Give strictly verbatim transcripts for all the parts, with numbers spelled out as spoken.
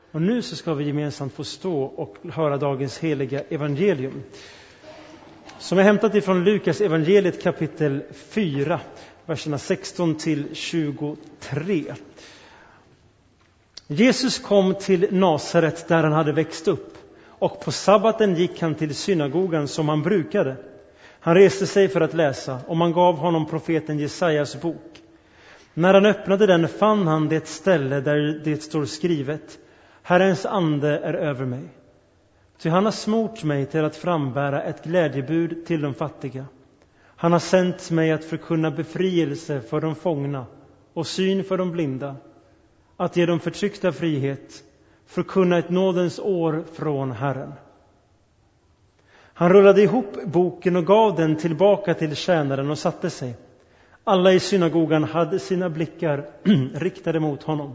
Och nu så ska vi gemensamt få stå och höra dagens heliga evangelium, som är hämtat ifrån Lukas evangeliet kapitel fyra, verserna sexton till tjugotre. Jesus kom till Nasaret där han hade växt upp, och på sabbaten gick han till synagogan som han brukade. Han reste sig för att läsa, och man gav honom profeten Jesajas bok. När han öppnade den fann han det ställe där det står skrivet: Herrens ande är över mig. Ty han har smort mig till att frambära ett glädjebud till de fattiga. Han har sänt mig att förkunna befrielse för de fångna och syn för de blinda, att ge dem förtryckta frihet, förkunna ett nådens år från Herren. Han rullade ihop boken och gav den tillbaka till tjänaren och satte sig. Alla i synagogan hade sina blickar riktade mot honom.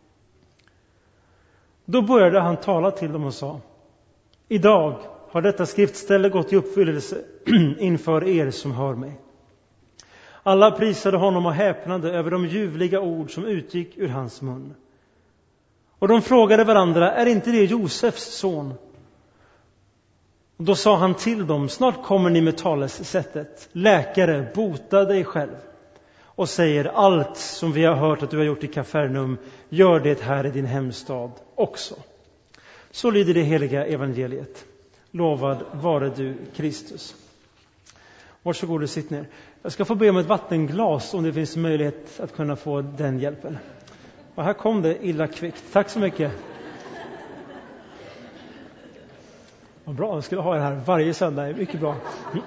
Då började han tala till dem och sa: Idag har detta skriftställe gått i uppfyllelse inför er som hör mig. Alla prisade honom och häpnade över de ljuvliga ord som utgick ur hans mun. Och de frågade varandra: är inte det Josefs son? Och då sa han till dem: snart kommer ni med talesättet: läkare, bota dig själv. Och säger: allt som vi har hört att du har gjort i Kafarnaum, gör det här i din hemstad också. Så lyder det heliga evangeliet. Lovad vare du, Kristus. Varsågod och sitt ner. Jag ska få be om ett vattenglas om det finns möjlighet att kunna få den hjälpen. Och här kom det illa kvickt. Tack så mycket. Vad bra, jag skulle ha det här varje söndag. Det är mycket bra.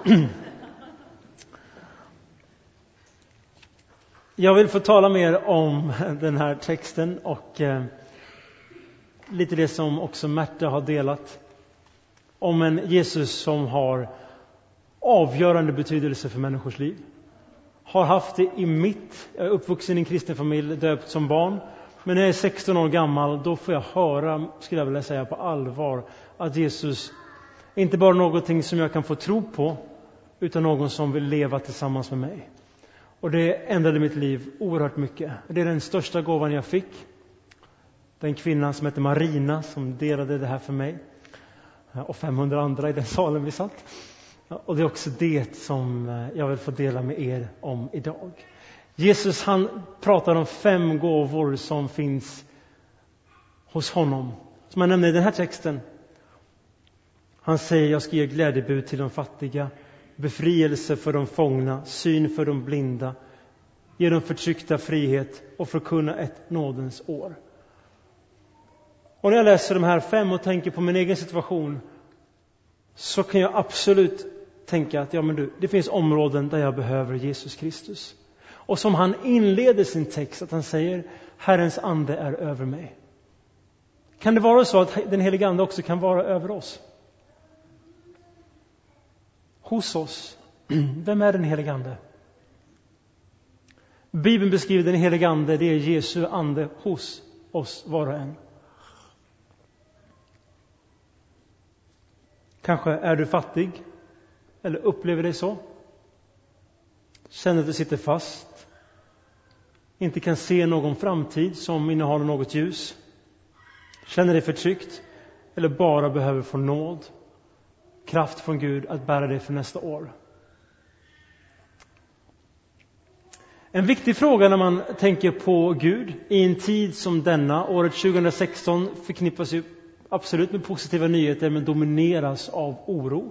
Jag vill få tala mer om den här texten och eh, lite det som också Märta har delat. Om en Jesus som har avgörande betydelse för människors liv. Har haft det i mitt, jag är uppvuxen i en kristen familj, döpt som barn. Men när jag är sexton år gammal, då får jag höra, skulle jag vilja säga på allvar, att Jesus inte bara någonting som jag kan få tro på, utan någon som vill leva tillsammans med mig. Och det ändrade mitt liv oerhört mycket. Det är den största gåvan jag fick. Den kvinnan som heter Marina som delade det här för mig. Och femhundra andra i den salen vi satt. Och det är också det som jag vill få dela med er om idag. Jesus, han pratar om fem gåvor som finns hos honom. Som jag nämnde i den här texten. Han säger: jag ska ge glädjebud till de fattiga, befrielse för de fångna, syn för de blinda, ge dem förtryckta frihet och förkunna ett nådens år. Och när jag läser de här fem och tänker på min egen situation, så kan jag absolut tänka att ja, men du, det finns områden där jag behöver Jesus Kristus. Och som han inleder sin text, att han säger: Herrens ande är över mig. Kan det vara så att den heliga ande också kan vara över oss? Hos oss. Vem är den heliga ande? Bibeln beskriver den heliga ande, det är Jesu ande hos oss var och en. Kanske är du fattig, eller upplever det så. Känner att du sitter fast. Inte kan se någon framtid som innehåller något ljus. Känner dig förtryckt, eller bara behöver få nåd, kraft från Gud att bära dig för nästa år. En viktig fråga när man tänker på Gud i en tid som denna, året tjugohundrasexton, förknippas ju absolut med positiva nyheter, men domineras av oro.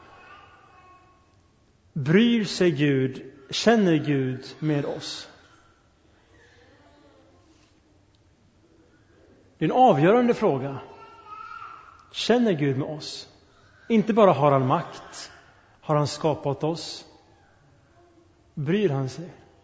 Bryr sig Gud, känner Gud med oss? Det är en avgörande fråga. Känner Gud med oss? Inte bara har han makt, har han skapat oss. Bryr han sig?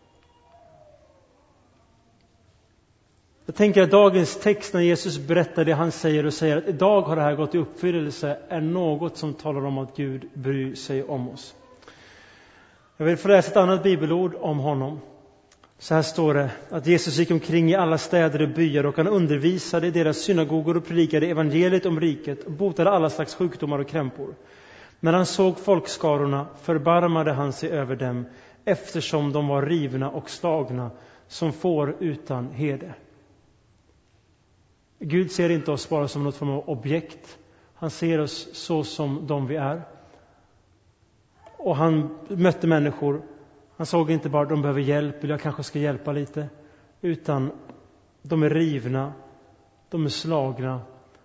Jag tänker att dagens text, när Jesus berättar det han säger och säger att idag har det här gått i uppfyllelse, är något som talar om att Gud bryr sig om oss. Jag vill få läsa ett annat bibelord om honom. Så här står det att Jesus gick omkring i alla städer och byar, och han undervisade i deras synagogor och predikade evangeliet om riket och botade alla slags sjukdomar och krämpor. När han såg folkskarorna förbarmade han sig över dem, eftersom de var rivna och slagna som får utan herde. Gud ser inte oss bara som något form av objekt. Han ser oss så som de vi är. Och han mötte människor. Han såg inte bara att de behöver hjälp eller jag kanske ska hjälpa lite. Utan de är rivna. De är slagna.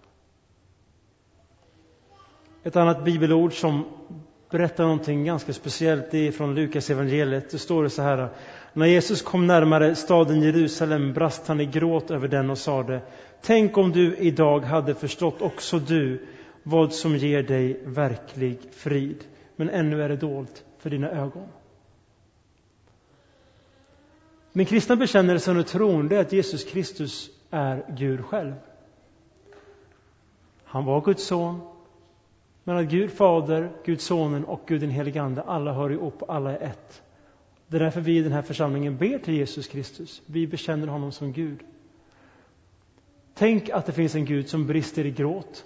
Ett annat bibelord som berättar någonting ganska speciellt, det är från Lukas evangeliet. Det står det så här: när Jesus kom närmare staden Jerusalem brast han i gråt över den och sade: tänk om du idag hade förstått också du vad som ger dig verklig frid. Men ännu är det dolt för dina ögon. Den kristna bekännelsen och tron, det är att Jesus Kristus är Gud själv. Han var Guds son. Men att Gud Fader, Gud Sonen och Gud den helige Ande, alla hör ihop, alla är ett. Det är därför vi i den här församlingen ber till Jesus Kristus. Vi bekänner honom som Gud. Tänk att det finns en Gud som brister i gråt.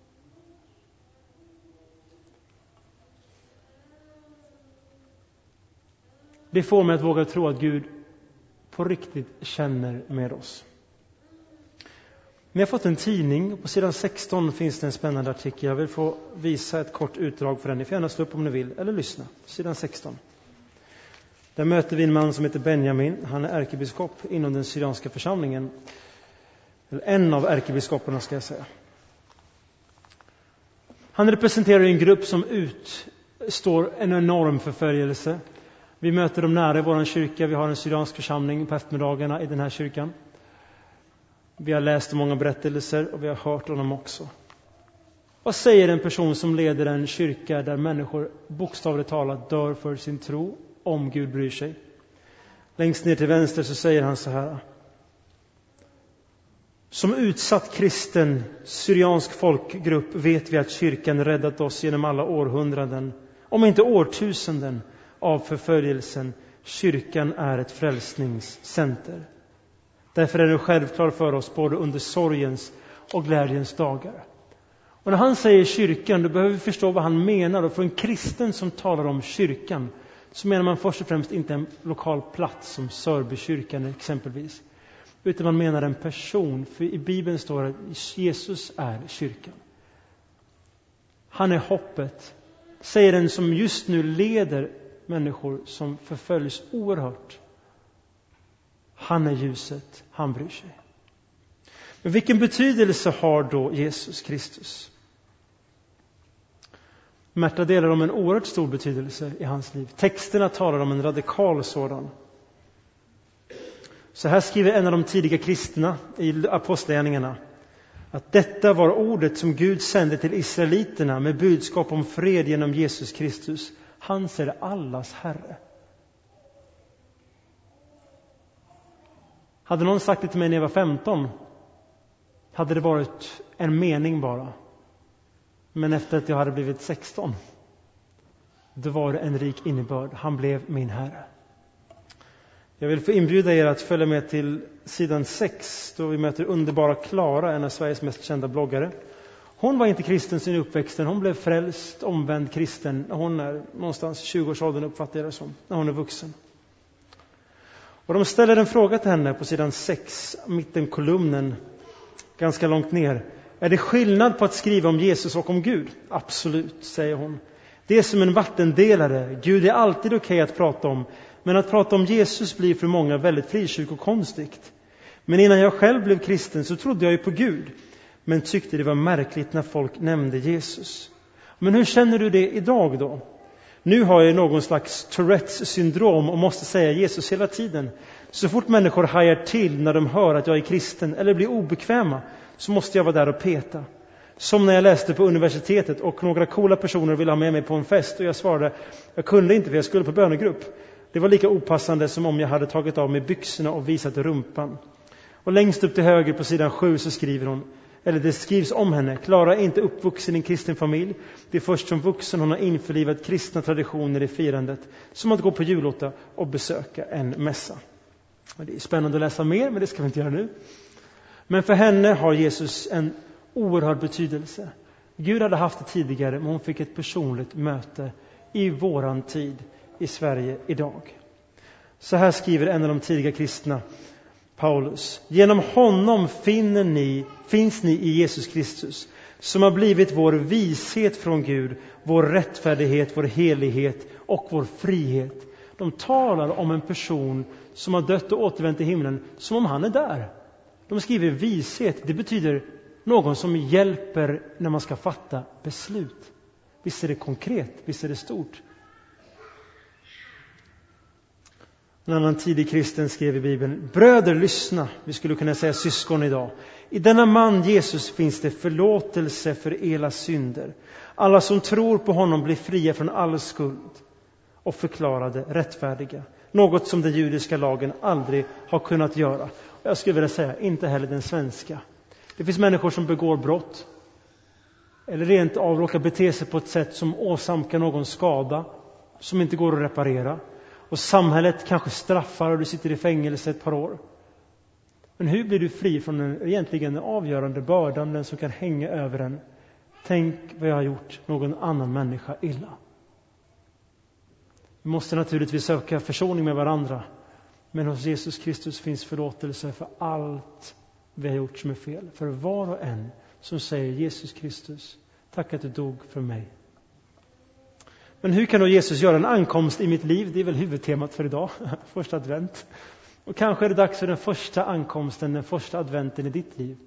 Det får mig att våga tro att Gud på riktigt känner med oss. Ni har fått en tidning och på sidan sexton finns det en spännande artikel. Jag vill få visa ett kort utdrag för den. Ni får gärna slå upp om ni vill eller lyssna. Sidan sexton. Där möter vi en man som heter Benjamin. Han är ärkebiskop inom den syrianska församlingen. Eller en av ärkebiskoperna ska jag säga. Han representerar en grupp som utstår en enorm förföljelse. Vi möter dem nära i vår kyrka. Vi har en syriansk församling på eftermiddagarna i den här kyrkan. Vi har läst många berättelser och vi har hört om dem också. Vad säger en person som leder en kyrka där människor bokstavligt talat dör för sin tro, om Gud bryr sig? Längst ner till vänster så säger han så här: som utsatt kristen syriansk folkgrupp vet vi att kyrkan räddat oss genom alla århundraden, om inte årtusenden, av förföljelsen. Kyrkan är ett frälsningscenter. Därför är det självklart för oss både under sorgens och glädjens dagar. Och när han säger kyrkan, då behöver vi förstå vad han menar. Och för en kristen som talar om kyrkan så menar man först och främst inte en lokal plats som Sörbykyrkan exempelvis. Utan man menar en person. För i Bibeln står det att Jesus är kyrkan. Han är hoppet. Säger den som just nu leder människor som förföljs oerhört. Han är ljuset, han bryr sig. Men vilken betydelse har då Jesus Kristus? Märta delar om en oerhört stor betydelse i hans liv. Texterna talar om en radikal sådan. Så här skriver en av de tidiga kristna i apostlagärningarna att detta var ordet som Gud sände till israeliterna med budskap om fred genom Jesus Kristus. Han är allas Herre. Hade någon sagt det till mig när jag var femton, hade det varit en mening bara. Men efter att jag hade blivit sexton, då var det en rik innebörd. Han blev min Herre. Jag vill få inbjuda er att följa med till sidan sex, då vi möter underbara Klara, en av Sveriges mest kända bloggare. Hon var inte kristen sin uppväxten. Hon blev frälst, omvänd kristen. Hon är någonstans tjugo-årsåldern, uppfattar jag det som, när hon är vuxen. Och de ställer en fråga till henne på sidan sex, mitten kolumnen, ganska långt ner. Är det skillnad på att skriva om Jesus och om Gud? Absolut, säger hon. Det är som en vattendelare. Gud är alltid okej att prata om. Men att prata om Jesus blir för många väldigt frikyrkokonstigt. Men innan jag själv blev kristen så trodde jag ju på Gud. Men tyckte det var märkligt när folk nämnde Jesus. Men hur känner du det idag då? Nu har jag någon slags Tourettes syndrom och måste säga Jesus hela tiden. Så fort människor hajar till när de hör att jag är kristen eller blir obekväma, så måste jag vara där och peta. Som när jag läste på universitetet och några coola personer ville ha med mig på en fest och jag svarade, jag kunde inte för jag skulle på bönegrupp. Det var lika opassande som om jag hade tagit av mig byxorna och visat rumpan. Och längst upp till höger på sidan sju så skriver hon, eller det skrivs om henne. Klara är inte uppvuxen i en kristen familj. Det är först som vuxen hon har införlivat kristna traditioner i firandet. Som att gå på julotta och besöka en mässa. Och det är spännande att läsa mer, men det ska vi inte göra nu. Men för henne har Jesus en oerhörd betydelse. Gud hade haft det tidigare, men hon fick ett personligt möte i våran tid i Sverige idag. Så här skriver en av de tidiga kristna Paulus. Genom honom finner ni, finns ni i Jesus Kristus, som har blivit vår vishet från Gud, vår rättfärdighet, vår helighet och vår frihet. De talar om en person som har dött och återvänt till himlen som om han är där. De skriver vishet, det betyder någon som hjälper när man ska fatta beslut. Visst är det konkret, visst är det stort. En annan tidig kristen skrev i Bibeln: bröder, lyssna. Vi skulle kunna säga syskon idag. I denna man Jesus finns det förlåtelse för era synder. Alla som tror på honom blir fria från all skuld och förklarade rättfärdiga. Något som den judiska lagen aldrig har kunnat göra. Och jag skulle vilja säga, inte heller den svenska. Det finns människor som begår brott eller rent av råkar bete sig på ett sätt som åsamkar någon skada som inte går att reparera. Och samhället kanske straffar och du sitter i fängelse ett par år. Men hur blir du fri från den egentligen avgörande bördan, den som kan hänga över en? Tänk vad jag har gjort någon annan människa illa. Vi måste naturligtvis söka försoning med varandra. Men hos Jesus Kristus finns förlåtelse för allt vi har gjort som är fel. För var och en som säger: Jesus Kristus, tack att du dog för mig. Men hur kan då Jesus göra en ankomst i mitt liv? Det är väl huvudtemat för idag, första advent. Och kanske är det dags för den första ankomsten, den första adventen i ditt liv.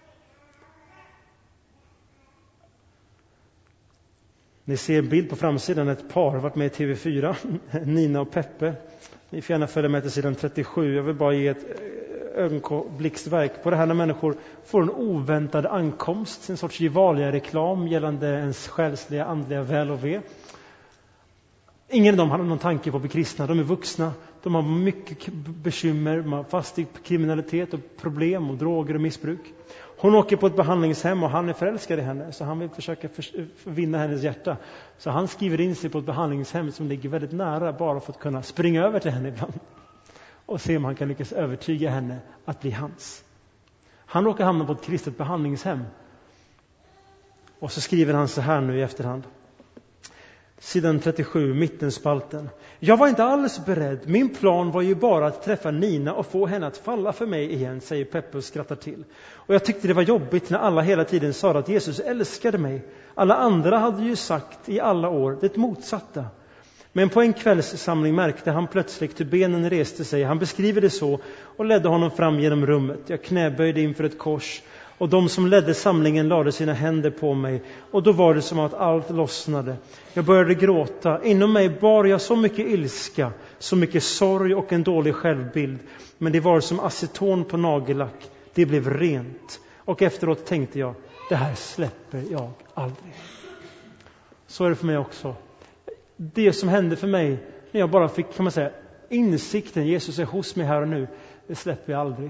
Ni ser en bild på framsidan, ett par har varit med i T V fyra, Nina och Peppe. Ni får gärna följa med till sidan trettiosju. Jag vill bara ge ett ögonblicksverk på det här när människor får en oväntad ankomst, en sorts Gevalia-reklam gällande ens själsliga, andliga väl och ve. Ingen av dem hade någon tanke på att bli kristna. De är vuxna, de har mycket bekymmer, de har fast i kriminalitet och problem och droger och missbruk. Hon åker på ett behandlingshem och han är förälskad i henne, så han vill försöka vinna hennes hjärta. Så han skriver in sig på ett behandlingshem som ligger väldigt nära, bara för att kunna springa över till henne ibland och se om han kan lyckas övertyga henne att bli hans. Han råkar hamna på ett kristet behandlingshem. Och så skriver han så här nu i efterhand. Sidan trettiosju, mittenspalten. Jag var inte alls beredd. Min plan var ju bara att träffa Nina och få henne att falla för mig igen, säger Peppe och skrattar till. Och jag tyckte det var jobbigt när alla hela tiden sa att Jesus älskade mig. Alla andra hade ju sagt i alla år det motsatta. Men på en kvällssamling märkte han plötsligt hur benen reste sig. Han beskriver det så och ledde honom fram genom rummet. Jag knäböjde inför ett kors. Och de som ledde samlingen lade sina händer på mig. Och då var det som att allt lossnade. Jag började gråta. Inom mig bar jag så mycket ilska, så mycket sorg och en dålig självbild. Men det var som aceton på nagellack. Det blev rent. Och efteråt tänkte jag, det här släpper jag aldrig. Så är det för mig också. Det som hände för mig när jag bara fick, kan man säga, insikten, Jesus är hos mig här och nu, det släpper jag aldrig.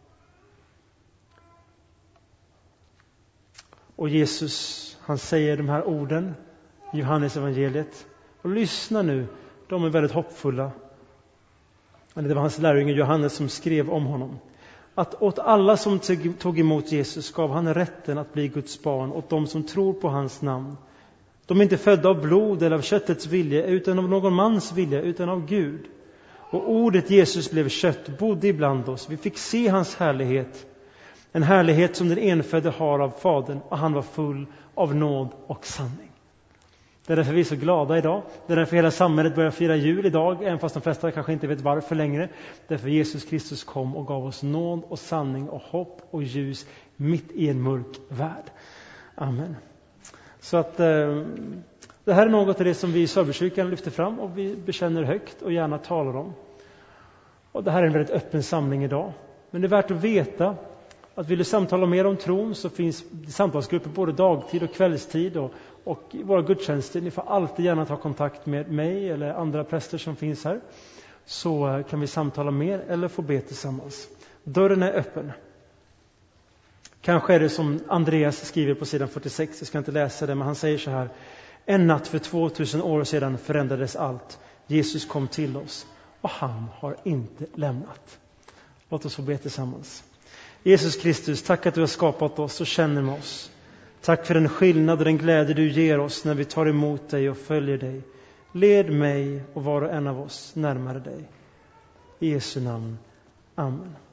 Och Jesus, han säger de här orden i Johannes evangeliet. Och lyssna nu, de är väldigt hoppfulla. Det var hans lärjunge Johannes som skrev om honom. Att åt alla som tog emot Jesus gav han rätten att bli Guds barn, åt de som tror på hans namn. De är inte födda av blod eller av köttets vilja, utan av någon mans vilja, utan av Gud. Och ordet Jesus blev kött, bodde ibland oss. Vi fick se hans härlighet. En härlighet som den enfödde har av Fadern, och han var full av nåd och sanning. Det är därför vi är så glada idag. Det är därför hela samhället börjar fira jul idag, även fast de flesta kanske inte vet varför längre. Därför Jesus Kristus kom och gav oss nåd och sanning och hopp och ljus mitt i en mörk värld. Amen. Så att eh, det här är något av det som vi i Sörbykyrkan lyfter fram och vi bekänner högt och gärna talar om. Och det här är en väldigt öppen samling idag. Men det är värt att veta att vill du samtala mer om tron, så finns samtalsgrupper både dagtid och kvällstid och, och i våra gudstjänster. Ni får alltid gärna ta kontakt med mig eller andra präster som finns här, så kan vi samtala mer eller få be tillsammans. Dörren är öppen. Kanske är det som Andreas skriver på sidan fyrtiosex, jag ska inte läsa det, men han säger så här: en natt för tvåtusen år sedan förändrades allt. Jesus kom till oss och han har inte lämnat. Låt oss få be tillsammans. Jesus Kristus, tack att du har skapat oss och känner med oss. Tack för den skillnad och den glädje du ger oss när vi tar emot dig och följer dig. Led mig och var och en av oss närmare dig. I Jesu namn. Amen.